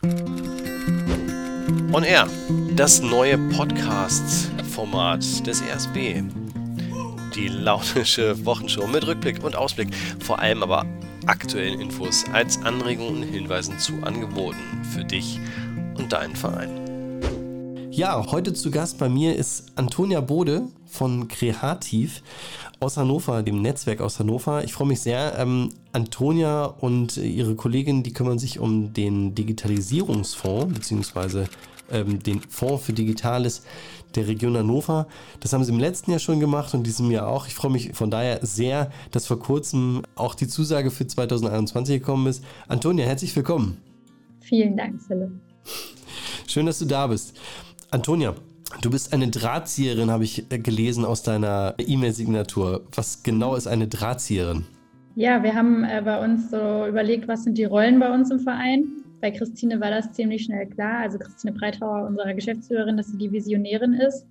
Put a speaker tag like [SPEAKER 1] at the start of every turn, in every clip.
[SPEAKER 1] On Air, das neue Podcast-Format des RSB. Die launische Wochenshow mit Rückblick und Ausblick, vor allem aber aktuellen Infos als Anregungen und Hinweisen zu Angeboten für dich und deinen Verein. Ja, heute zu Gast bei mir ist Antonia Bode von Kreativ aus Hannover, dem Netzwerk aus Hannover. Ich freue mich sehr. Antonia und ihre Kollegin, die kümmern sich um den Digitalisierungsfonds, beziehungsweise den Fonds für Digitales der Region Hannover. Das haben sie im letzten Jahr schon gemacht und diesem Jahr auch. Ich freue mich von daher sehr, dass vor kurzem auch die Zusage für 2021 gekommen ist. Antonia, herzlich willkommen.
[SPEAKER 2] Vielen Dank, Philipp.
[SPEAKER 1] Schön, dass du da bist. Antonia, du bist eine Drahtzieherin, habe ich gelesen aus deiner E-Mail-Signatur. Was genau ist eine Drahtzieherin?
[SPEAKER 2] Ja, wir haben bei uns so überlegt, was sind die Rollen bei uns im Verein. Bei Christine war das ziemlich schnell klar. Also Christine Breithauer, unsere Geschäftsführerin, dass sie die Visionärin ist.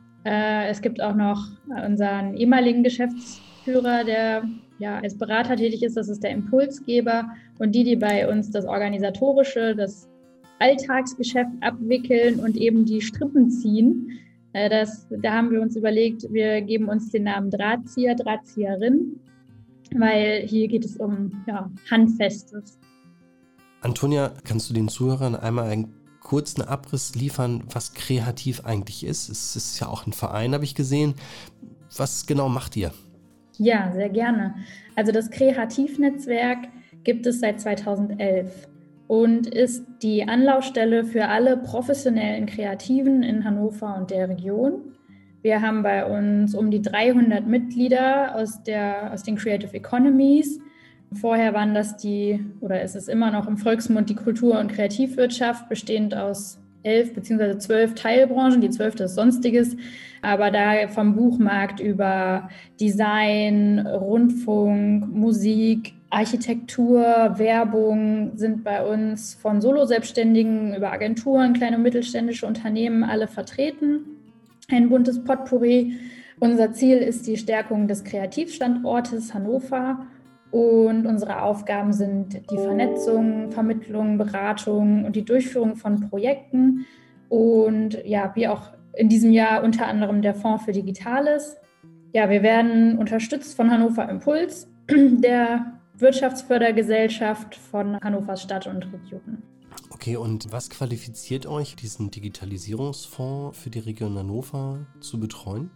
[SPEAKER 2] Es gibt auch noch unseren ehemaligen Geschäftsführer, der ja als Berater tätig ist. Das ist der Impulsgeber. Und die bei uns das Organisatorische, das Alltagsgeschäft abwickeln und eben die Strippen ziehen. Da haben wir uns überlegt, wir geben uns den Namen Drahtzieher, Drahtzieherin, weil hier geht es um Handfestes.
[SPEAKER 1] Antonia, kannst du den Zuhörern einmal einen kurzen Abriss liefern, was Kreativ eigentlich ist? Es ist ja auch ein Verein, habe ich gesehen. Was genau macht ihr?
[SPEAKER 2] Ja, sehr gerne. Also das Kreativnetzwerk gibt es seit 2011 und ist die Anlaufstelle für alle professionellen Kreativen in Hannover und der Region. Wir haben bei uns um die 300 Mitglieder aus den Creative Economies. Vorher waren das ist es immer noch im Volksmund die Kultur- und Kreativwirtschaft, bestehend aus 11 bzw. 12 Teilbranchen, die 12. ist Sonstiges, aber da vom Buchmarkt über Design, Rundfunk, Musik, Architektur, Werbung sind bei uns von Solo-Selbstständigen über Agenturen, kleine und mittelständische Unternehmen alle vertreten. Ein buntes Potpourri. Unser Ziel ist die Stärkung des Kreativstandortes Hannover. Und unsere Aufgaben sind die Vernetzung, Vermittlung, Beratung und die Durchführung von Projekten. Und ja, wie auch in diesem Jahr unter anderem der Fonds für Digitales. Ja, wir werden unterstützt von Hannover Impuls, der Wirtschaftsfördergesellschaft von Hannovers Stadt und Region.
[SPEAKER 1] Okay, und was qualifiziert euch, diesen Digitalisierungsfonds für die Region Hannover zu betreuen?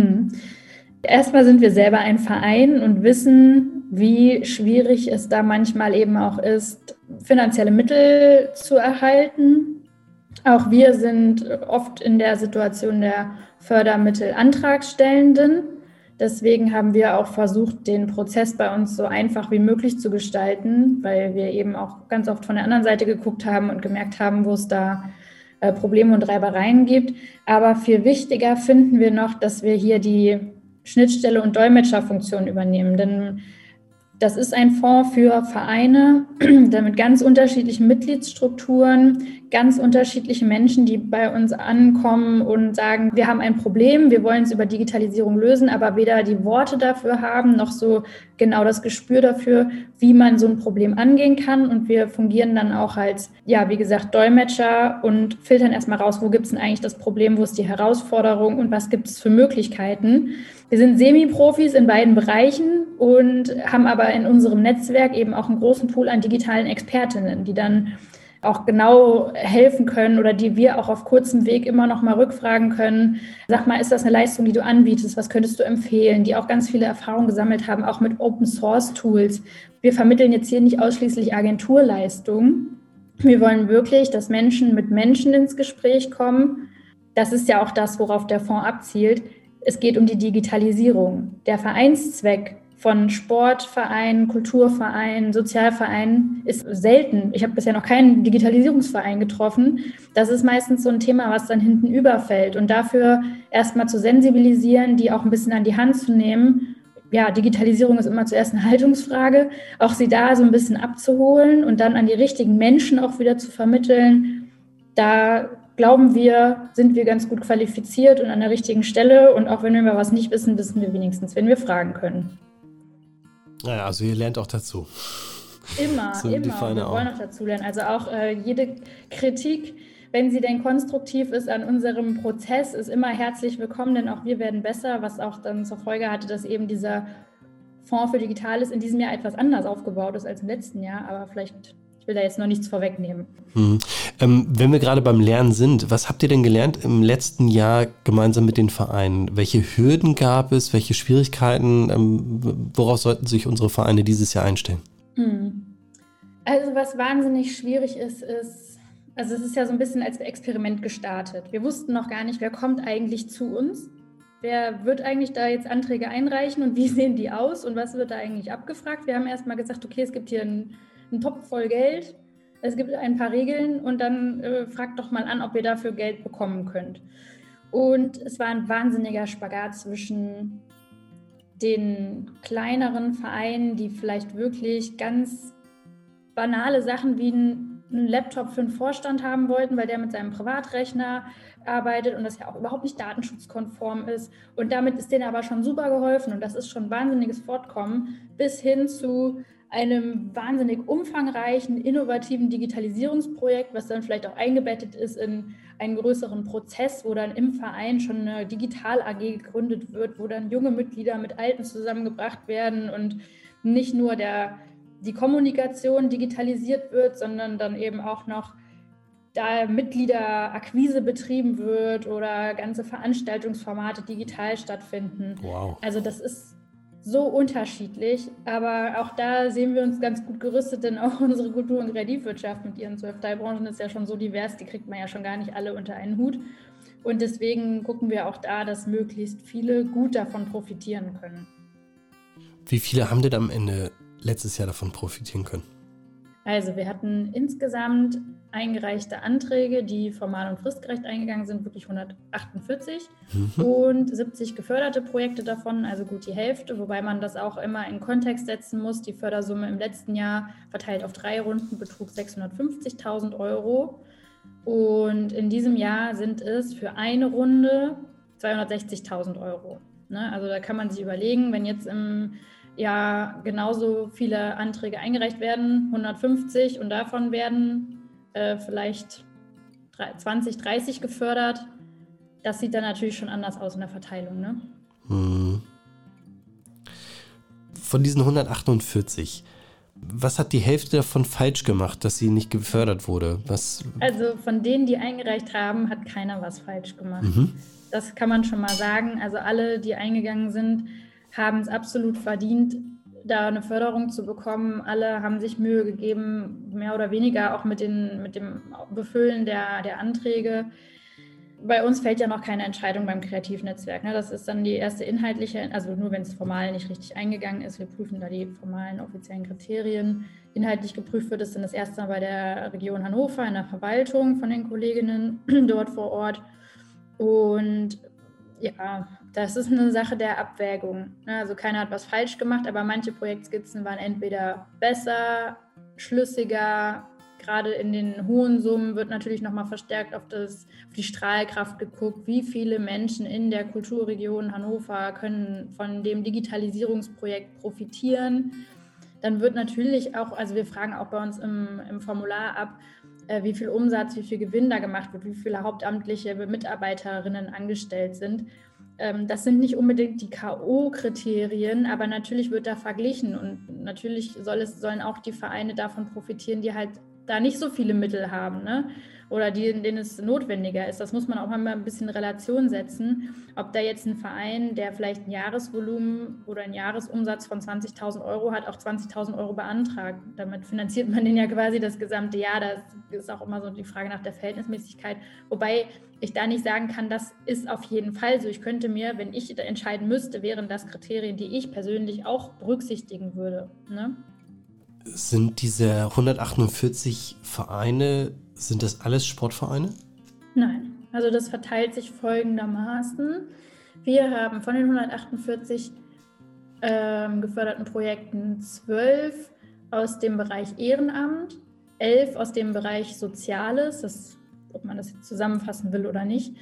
[SPEAKER 2] Erstmal sind wir selber ein Verein und wissen, wie schwierig es da manchmal eben auch ist, finanzielle Mittel zu erhalten. Auch wir sind oft in der Situation der Fördermittelantragstellenden. Deswegen haben wir auch versucht, den Prozess bei uns so einfach wie möglich zu gestalten, weil wir eben auch ganz oft von der anderen Seite geguckt haben und gemerkt haben, wo es da Probleme und Reibereien gibt. Aber viel wichtiger finden wir noch, dass wir hier die Schnittstelle und Dolmetscherfunktion übernehmen. Denn das ist ein Fonds für Vereine mit ganz unterschiedlichen Mitgliedsstrukturen, ganz unterschiedliche Menschen, die bei uns ankommen und sagen, wir haben ein Problem, wir wollen es über Digitalisierung lösen, aber weder die Worte dafür haben, noch so genau das Gespür dafür, wie man so ein Problem angehen kann. Und wir fungieren dann auch als, wie gesagt, Dolmetscher und filtern erstmal raus, wo gibt es denn eigentlich das Problem, wo ist die Herausforderung und was gibt es für Möglichkeiten. Wir sind Semi-Profis in beiden Bereichen und haben aber in unserem Netzwerk eben auch einen großen Pool an digitalen Expertinnen, die dann auch genau helfen können oder die wir auch auf kurzem Weg immer noch mal rückfragen können. Sag mal, ist das eine Leistung, die du anbietest? Was könntest du empfehlen? Die auch ganz viele Erfahrungen gesammelt haben, auch mit Open-Source-Tools. Wir vermitteln jetzt hier nicht ausschließlich Agenturleistungen. Wir wollen wirklich, dass Menschen mit Menschen ins Gespräch kommen. Das ist ja auch das, worauf der Fonds abzielt. Es geht um die Digitalisierung. Der Vereinszweck von Sportvereinen, Kulturvereinen, Sozialvereinen ist selten. Ich habe bisher noch keinen Digitalisierungsverein getroffen. Das ist meistens so ein Thema, was dann hinten überfällt. Und dafür erstmal zu sensibilisieren, die auch ein bisschen an die Hand zu nehmen. Ja, Digitalisierung ist immer zuerst eine Haltungsfrage. Auch sie da so ein bisschen abzuholen und dann an die richtigen Menschen auch wieder zu vermitteln. Da glauben wir, sind wir ganz gut qualifiziert und an der richtigen Stelle. Und auch wenn wir mal was nicht wissen, wissen wir wenigstens, wenn wir fragen können.
[SPEAKER 1] Naja, also ihr lernt auch dazu.
[SPEAKER 2] Immer,
[SPEAKER 1] So die
[SPEAKER 2] immer. Und
[SPEAKER 1] Vereine
[SPEAKER 2] wir
[SPEAKER 1] auch.
[SPEAKER 2] wollen auch dazulernen. Also auch jede Kritik, wenn sie denn konstruktiv ist an unserem Prozess, ist immer herzlich willkommen, denn auch wir werden besser, was auch dann zur Folge hatte, dass eben dieser Fonds für Digitales in diesem Jahr etwas anders aufgebaut ist als im letzten Jahr. Aber vielleicht, ich will da jetzt noch nichts vorwegnehmen.
[SPEAKER 1] Wenn wir gerade beim Lernen sind, was habt ihr denn gelernt im letzten Jahr gemeinsam mit den Vereinen? Welche Hürden gab es? Welche Schwierigkeiten? Worauf sollten sich unsere Vereine dieses Jahr einstellen?
[SPEAKER 2] Also was wahnsinnig schwierig ist, also es ist ja so ein bisschen als Experiment gestartet. Wir wussten noch gar nicht, wer kommt eigentlich zu uns? Wer wird eigentlich da jetzt Anträge einreichen und wie sehen die aus und was wird da eigentlich abgefragt? Wir haben erst mal gesagt, okay, es gibt hier einen Topf voll Geld, es gibt ein paar Regeln und dann fragt doch mal an, ob ihr dafür Geld bekommen könnt. Und es war ein wahnsinniger Spagat zwischen den kleineren Vereinen, die vielleicht wirklich ganz banale Sachen wie einen Laptop für einen Vorstand haben wollten, weil der mit seinem Privatrechner arbeitet und das ja auch überhaupt nicht datenschutzkonform ist. Und damit ist denen aber schon super geholfen und das ist schon ein wahnsinniges Fortkommen bis hin zu einem wahnsinnig umfangreichen, innovativen Digitalisierungsprojekt, was dann vielleicht auch eingebettet ist in einen größeren Prozess, wo dann im Verein schon eine Digital-AG gegründet wird, wo dann junge Mitglieder mit Alten zusammengebracht werden und nicht nur die Kommunikation digitalisiert wird, sondern dann eben auch noch da Mitgliederakquise betrieben wird oder ganze Veranstaltungsformate digital stattfinden.
[SPEAKER 1] Wow.
[SPEAKER 2] Also das ist so unterschiedlich, aber auch da sehen wir uns ganz gut gerüstet, denn auch unsere Kultur- und Kreativwirtschaft mit ihren 12 Teilbranchen ist ja schon so divers, die kriegt man ja schon gar nicht alle unter einen Hut. Und deswegen gucken wir auch da, dass möglichst viele gut davon profitieren können.
[SPEAKER 1] Wie viele haben denn am Ende letztes Jahr davon profitieren können?
[SPEAKER 2] Also wir hatten insgesamt eingereichte Anträge, die formal und fristgerecht eingegangen sind, wirklich 148 und 70 geförderte Projekte davon, also gut die Hälfte, wobei man das auch immer in Kontext setzen muss. Die Fördersumme im letzten Jahr verteilt auf 3 Runden betrug 650.000 € und in diesem Jahr sind es für eine Runde 260.000 €. Ne? Also da kann man sich überlegen, wenn jetzt im Jahr genauso viele Anträge eingereicht werden, 150 und davon werden vielleicht 20, 30 gefördert. Das sieht dann natürlich schon anders aus in der Verteilung. Ne?
[SPEAKER 1] Von diesen 148, was hat die Hälfte davon falsch gemacht, dass sie nicht gefördert wurde?
[SPEAKER 2] Also von denen, die eingereicht haben, hat keiner was falsch gemacht. Das kann man schon mal sagen. Also alle, die eingegangen sind, haben es absolut verdient, da eine Förderung zu bekommen. Alle haben sich Mühe gegeben, mehr oder weniger auch mit dem Befüllen der Anträge. Bei uns fällt ja noch keine Entscheidung beim Kreativnetzwerk. Ne? Das ist dann die erste inhaltliche, also nur wenn es formal nicht richtig eingegangen ist. Wir prüfen da die formalen offiziellen Kriterien. Inhaltlich geprüft wird es dann das erste Mal bei der Region Hannover in der Verwaltung von den Kolleginnen dort vor Ort. Und ja, das ist eine Sache der Abwägung. Also keiner hat was falsch gemacht, aber manche Projektskizzen waren entweder besser, schlüssiger. Gerade in den hohen Summen wird natürlich nochmal verstärkt auf die Strahlkraft geguckt. Wie viele Menschen in der Kulturregion Hannover können von dem Digitalisierungsprojekt profitieren? Dann wird natürlich auch, also wir fragen auch bei uns im Formular ab, wie viel Umsatz, wie viel Gewinn da gemacht wird, wie viele hauptamtliche Mitarbeiterinnen angestellt sind. Das sind nicht unbedingt die K.O.-Kriterien, aber natürlich wird da verglichen und natürlich sollen auch die Vereine davon profitieren, die halt da nicht so viele Mittel haben, ne? Oder denen es notwendiger ist. Das muss man auch mal ein bisschen in Relation setzen. Ob da jetzt ein Verein, der vielleicht ein Jahresvolumen oder einen Jahresumsatz von 20.000 € hat, auch 20.000 € beantragt. Damit finanziert man den ja quasi das gesamte Jahr. Das ist auch immer so die Frage nach der Verhältnismäßigkeit. Wobei ich da nicht sagen kann, das ist auf jeden Fall so. Ich könnte mir, wenn ich entscheiden müsste, wären das Kriterien, die ich persönlich auch berücksichtigen würde. Ne?
[SPEAKER 1] Sind diese 148 Vereine, sind das alles Sportvereine?
[SPEAKER 2] Nein, also das verteilt sich folgendermaßen. Wir haben von den 148 geförderten Projekten 12 aus dem Bereich Ehrenamt, 11 aus dem Bereich Soziales, ob man das jetzt zusammenfassen will oder nicht,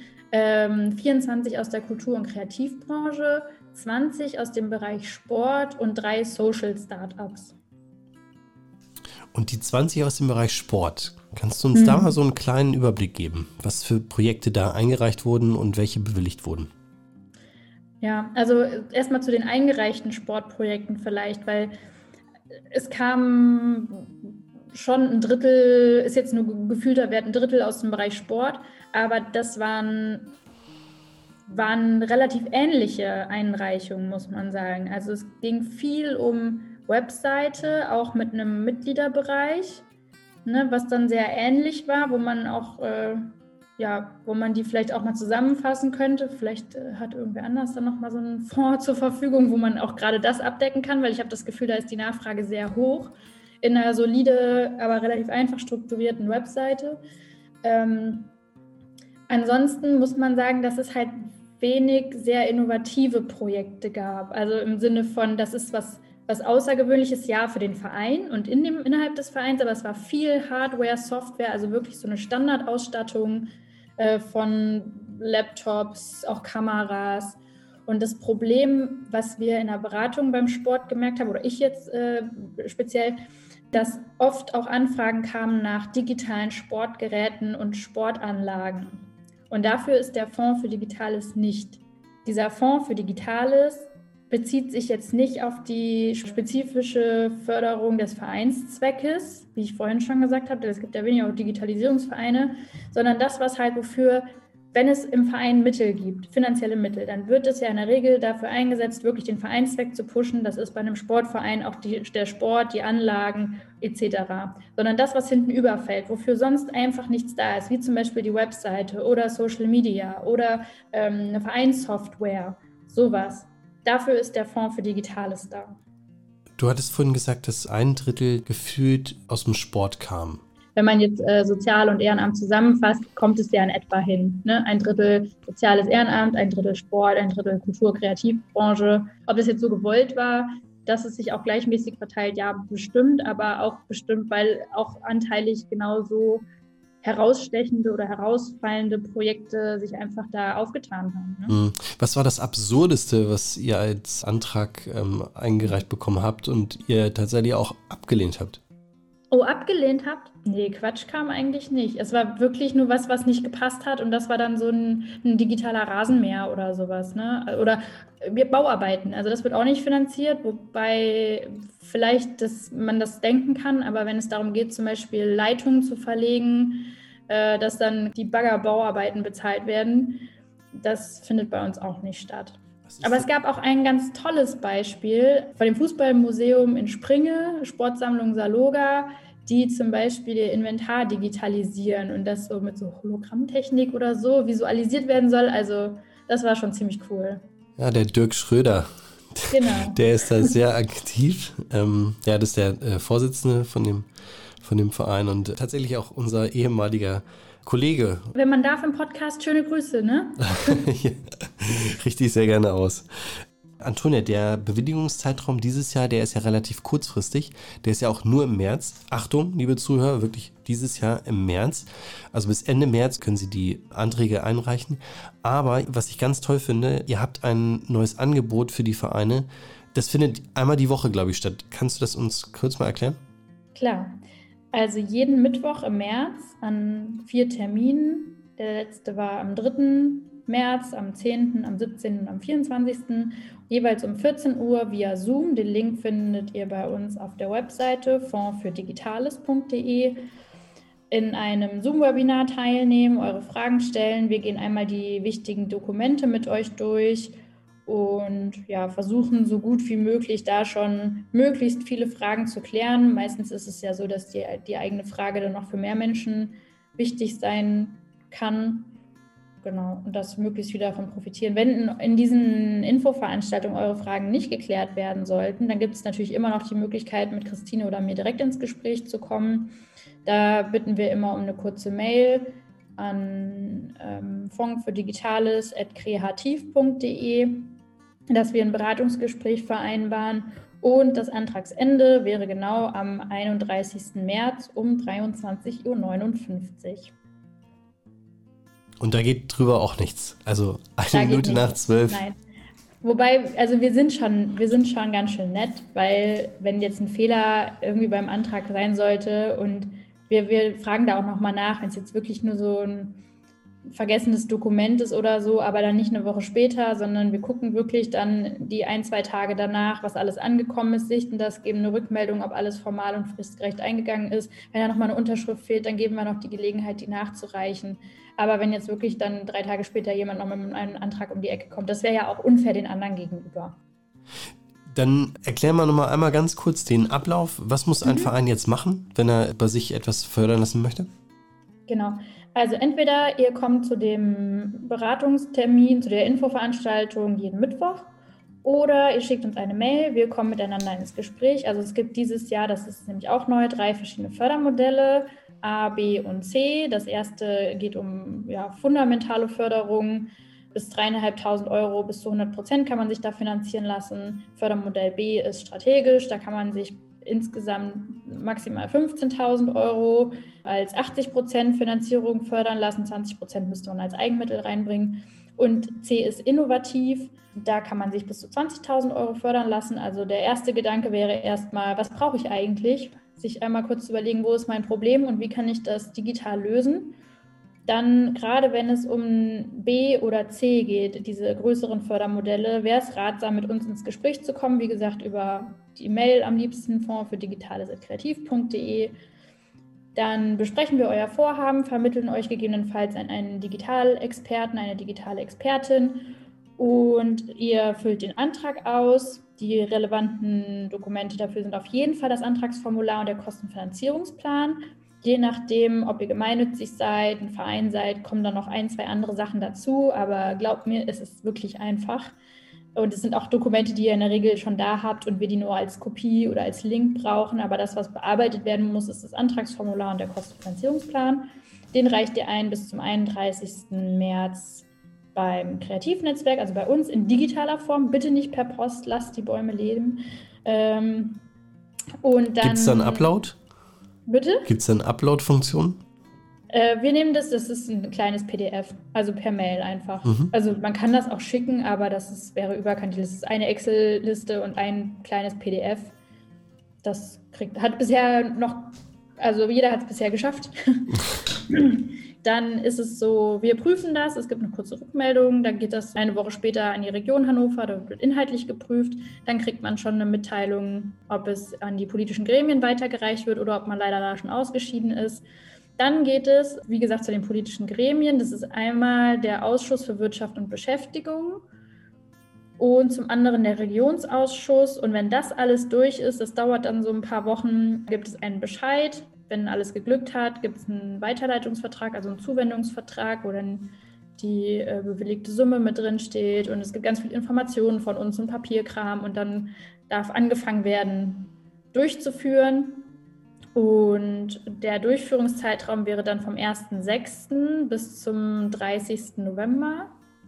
[SPEAKER 2] 24 aus der Kultur- und Kreativbranche, 20 aus dem Bereich Sport und 3 Social Startups.
[SPEAKER 3] Und die 20 aus dem Bereich Sport, kannst du uns da mal so einen kleinen Überblick geben, was für Projekte da eingereicht wurden und welche bewilligt wurden?
[SPEAKER 2] Ja, also erstmal zu den eingereichten Sportprojekten vielleicht, weil es kam schon ein Drittel, ist jetzt nur gefühlter Wert, ein Drittel aus dem Bereich Sport, aber das waren relativ ähnliche Einreichungen, muss man sagen. Also es ging viel um Webseite, auch mit einem Mitgliederbereich, ne, was dann sehr ähnlich war, wo man auch, wo man die vielleicht auch mal zusammenfassen könnte. Vielleicht hat irgendwer anders dann nochmal so einen Fonds zur Verfügung, wo man auch gerade das abdecken kann, weil ich habe das Gefühl, da ist die Nachfrage sehr hoch in einer solide, aber relativ einfach strukturierten Webseite. Ansonsten muss man sagen, dass es halt wenig sehr innovative Projekte gab. Also im Sinne von, das ist was Außergewöhnliches, ja, für den Verein und innerhalb des Vereins, aber es war viel Hardware, Software, also wirklich so eine Standardausstattung von Laptops, auch Kameras. Und das Problem, was wir in der Beratung beim Sport gemerkt haben, oder ich jetzt speziell, dass oft auch Anfragen kamen nach digitalen Sportgeräten und Sportanlagen. Und dafür ist der Fonds für Digitales nicht. Dieser Fonds für Digitales bezieht sich jetzt nicht auf die spezifische Förderung des Vereinszweckes, wie ich vorhin schon gesagt habe, es gibt ja weniger auch Digitalisierungsvereine, sondern das, was halt wofür, wenn es im Verein Mittel gibt, finanzielle Mittel, dann wird es ja in der Regel dafür eingesetzt, wirklich den Vereinszweck zu pushen. Das ist bei einem Sportverein auch der Sport, die Anlagen etc. Sondern das, was hinten überfällt, wofür sonst einfach nichts da ist, wie zum Beispiel die Webseite oder Social Media oder eine Vereinssoftware, sowas. Dafür ist der Fonds für Digitales da.
[SPEAKER 3] Du hattest vorhin gesagt, dass 1/3 gefühlt aus dem Sport kam.
[SPEAKER 2] Wenn man jetzt Sozial- und Ehrenamt zusammenfasst, kommt es ja in etwa hin. Ne? 1/3 soziales Ehrenamt, 1/3 Sport, 1/3 Kultur-, Kreativbranche. Ob das jetzt so gewollt war, dass es sich auch gleichmäßig verteilt, ja, bestimmt, aber auch bestimmt, weil auch anteilig genauso herausstechende oder herausfallende Projekte sich einfach da aufgetan haben. Ne?
[SPEAKER 3] Was war das Absurdeste, was ihr als Antrag eingereicht bekommen habt und ihr tatsächlich auch abgelehnt habt?
[SPEAKER 2] Oh, abgelehnt habt? Nee, Quatsch kam eigentlich nicht. Es war wirklich nur was nicht gepasst hat und das war dann so ein digitaler Rasenmäher oder sowas, ne? Oder Bauarbeiten. Also das wird auch nicht finanziert, wobei vielleicht man das denken kann, aber wenn es darum geht, zum Beispiel Leitungen zu verlegen, dass dann die Baggerbauarbeiten bezahlt werden, das findet bei uns auch nicht statt. Aber es gab auch ein ganz tolles Beispiel von dem Fußballmuseum in Springe, Sportsammlung Saloga, die zum Beispiel ihr Inventar digitalisieren und das so mit so Hologrammtechnik oder so visualisiert werden soll. Also das war schon ziemlich cool.
[SPEAKER 3] Ja, der Dirk Schröder,
[SPEAKER 2] genau.
[SPEAKER 3] Der ist da sehr aktiv. Das ist der Vorsitzende von dem Verein und tatsächlich auch unser ehemaliger Kollege.
[SPEAKER 2] Wenn man darf im Podcast, schöne Grüße, ne?
[SPEAKER 3] Ja, richtig sehr gerne aus. Antonia, der Bewilligungszeitraum dieses Jahr, der ist ja relativ kurzfristig. Der ist ja auch nur im März. Achtung, liebe Zuhörer, wirklich dieses Jahr im März. Also bis Ende März können Sie die Anträge einreichen. Aber was ich ganz toll finde, ihr habt ein neues Angebot für die Vereine. Das findet einmal die Woche, glaube ich, statt. Kannst du das uns kurz mal erklären?
[SPEAKER 2] Klar. Also jeden Mittwoch im März an 4 Terminen. Der letzte war am 3. März, am 10., am 17. und am 24. Jeweils um 14 Uhr via Zoom. Den Link findet ihr bei uns auf der Webseite fondsfürdigitales.de. In einem Zoom-Webinar teilnehmen, eure Fragen stellen. Wir gehen einmal die wichtigen Dokumente mit euch durch und ja, versuchen so gut wie möglich da schon möglichst viele Fragen zu klären. Meistens ist es ja so, dass die eigene Frage dann noch für mehr Menschen wichtig sein kann. Genau, und dass möglichst viele davon profitieren. Wenn in diesen Infoveranstaltungen eure Fragen nicht geklärt werden sollten, dann gibt es natürlich immer noch die Möglichkeit, mit Christine oder mir direkt ins Gespräch zu kommen. Da bitten wir immer um eine kurze Mail an fondsfürdigitales@kreativ.de, dass wir ein Beratungsgespräch vereinbaren. Und das Antragsende wäre genau am 31. März um 23:59 Uhr.
[SPEAKER 3] Und da geht drüber auch nichts. Also 1 Minute nach 12.
[SPEAKER 2] Nein. Wobei, also wir sind schon ganz schön nett, weil wenn jetzt ein Fehler irgendwie beim Antrag sein sollte und wir fragen da auch nochmal nach, wenn es jetzt wirklich nur so ein vergessenes Dokument ist oder so, aber dann nicht eine Woche später, sondern wir gucken wirklich dann die 1-2 Tage danach, was alles angekommen ist, sichten das, geben eine Rückmeldung, ob alles formal und fristgerecht eingegangen ist. Wenn da nochmal eine Unterschrift fehlt, dann geben wir noch die Gelegenheit, die nachzureichen. Aber wenn jetzt wirklich dann 3 Tage später jemand noch mit einem Antrag um die Ecke kommt, das wäre ja auch unfair den anderen gegenüber.
[SPEAKER 3] Dann erklären wir nochmal einmal ganz kurz den Ablauf. Was muss ein Verein jetzt machen, wenn er bei sich etwas fördern lassen möchte?
[SPEAKER 2] Genau. Also entweder ihr kommt zu dem Beratungstermin, zu der Infoveranstaltung jeden Mittwoch oder ihr schickt uns eine Mail, wir kommen miteinander ins Gespräch. Also es gibt dieses Jahr, das ist nämlich auch neu, 3 verschiedene Fördermodelle, A, B und C. Das erste geht um fundamentale Förderung. Bis 3.500 Euro bis zu 100% kann man sich da finanzieren lassen. Fördermodell B ist strategisch, da kann man sich insgesamt maximal 15.000 Euro als 80% Finanzierung fördern lassen, 20% müsste man als Eigenmittel reinbringen. Und C ist innovativ, da kann man sich bis zu 20.000 Euro fördern lassen. Also der erste Gedanke wäre erstmal, was brauche ich eigentlich? Sich einmal kurz überlegen, wo ist mein Problem und wie kann ich das digital lösen? Dann, gerade wenn es um B oder C geht, diese größeren Fördermodelle, wäre es ratsam, mit uns ins Gespräch zu kommen. Wie gesagt, über die Mail am liebsten fonds-für-digitales@kreativ.de. Dann besprechen wir euer Vorhaben, vermitteln euch gegebenenfalls an einen Digitalexperten, eine digitale Expertin und ihr füllt den Antrag aus. Die relevanten Dokumente dafür sind auf jeden Fall das Antragsformular und der Kostenfinanzierungsplan. Je nachdem, ob ihr gemeinnützig seid, ein Verein seid, kommen dann noch 1-2 andere Sachen dazu. Aber glaubt mir, es ist wirklich einfach. Und es sind auch Dokumente, die ihr in der Regel schon da habt und wir die nur als Kopie oder als Link brauchen. Aber das, was bearbeitet werden muss, ist das Antragsformular und der Kostenfinanzierungsplan. Den reicht ihr ein bis zum 31. März beim Kreativnetzwerk, also bei uns in digitaler Form. Bitte nicht per Post, lasst die Bäume leben.
[SPEAKER 3] Gibt es da einen Upload?
[SPEAKER 2] Bitte?
[SPEAKER 3] Gibt es eine Upload-Funktion?
[SPEAKER 2] Wir nehmen das ist ein kleines PDF, also per Mail einfach. Also man kann das auch schicken, aber wäre überkantig. Das ist eine Excel-Liste und ein kleines PDF. Das hat bisher noch, also jeder hat es bisher geschafft. Dann ist es so, wir prüfen das, es gibt eine kurze Rückmeldung, dann geht das eine Woche später an die Region Hannover, da wird inhaltlich geprüft, dann kriegt man schon eine Mitteilung, ob es an die politischen Gremien weitergereicht wird oder ob man leider da schon ausgeschieden ist. Dann geht es, wie gesagt, zu den politischen Gremien, das ist einmal der Ausschuss für Wirtschaft und Beschäftigung und zum anderen der Regionsausschuss und wenn das alles durch ist, das dauert dann so ein paar Wochen, gibt es einen Bescheid. Wenn alles geglückt hat, gibt es einen Weiterleitungsvertrag, also einen Zuwendungsvertrag, wo dann die bewilligte Summe mit drin steht und es gibt ganz viele Informationen von uns und Papierkram und dann darf angefangen werden, durchzuführen. Und der Durchführungszeitraum wäre dann vom 1.6. bis zum 30. November.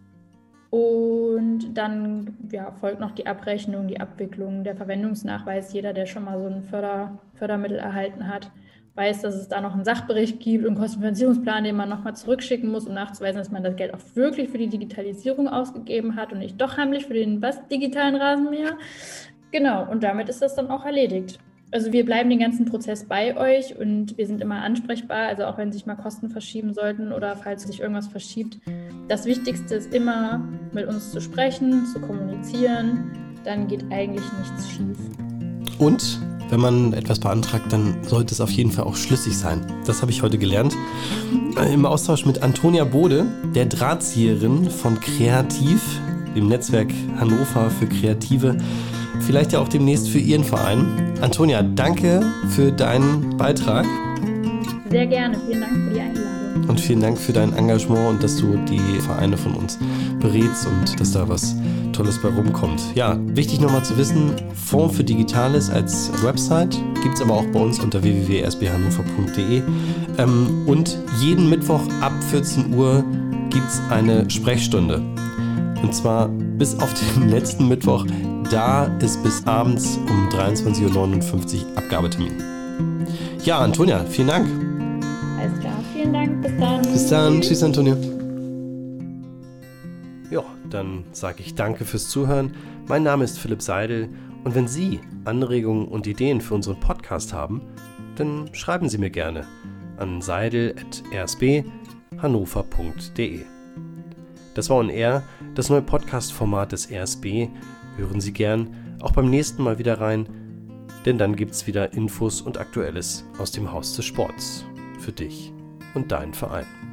[SPEAKER 2] Und dann folgt noch die Abrechnung, die Abwicklung, der Verwendungsnachweis. Jeder, der schon mal so ein Fördermittel erhalten hat, weiß, dass es da noch einen Sachbericht gibt und einen Kostenfinanzierungsplan, den man nochmal zurückschicken muss, um nachzuweisen, dass man das Geld auch wirklich für die Digitalisierung ausgegeben hat und nicht doch heimlich für den digitalen Rasenmäher. Genau, und damit ist das dann auch erledigt. Also wir bleiben den ganzen Prozess bei euch und wir sind immer ansprechbar, also auch wenn sich mal Kosten verschieben sollten oder falls sich irgendwas verschiebt. Das Wichtigste ist immer, mit uns zu sprechen, zu kommunizieren, dann geht eigentlich nichts schief.
[SPEAKER 3] Und wenn man etwas beantragt, dann sollte es auf jeden Fall auch schlüssig sein. Das habe ich heute gelernt. Im Austausch mit Antonia Bode, der Drahtzieherin von Kreativ, dem Netzwerk Hannover für Kreative. Vielleicht ja auch demnächst für Ihren Verein. Antonia, danke für deinen Beitrag.
[SPEAKER 2] Sehr gerne. Vielen Dank für die Einladung.
[SPEAKER 3] Und vielen Dank für dein Engagement und dass du die Vereine von uns berätst und dass da was Tolles bei rumkommt. Ja, wichtig nochmal zu wissen, Fonds für Digitales als Website gibt es aber auch bei uns unter www.sbhannover.de. Und jeden Mittwoch ab 14 Uhr gibt es eine Sprechstunde. Und zwar bis auf den letzten Mittwoch. Da ist bis abends um 23.59 Uhr Abgabetermin. Ja, Antonia, vielen Dank.
[SPEAKER 2] Alles klar, vielen Dank. Bis dann.
[SPEAKER 3] Bis dann. Tschüss, Antonia. Ja, dann sage ich danke fürs Zuhören. Mein Name ist Philipp Seidel und wenn Sie Anregungen und Ideen für unseren Podcast haben, dann schreiben Sie mir gerne an seidel@rsbhannover.de. Das war On Air, das neue Podcast-Format des RSB. Hören Sie gern auch beim nächsten Mal wieder rein, denn dann gibt's wieder Infos und Aktuelles aus dem Haus des Sports für dich und deinen Verein.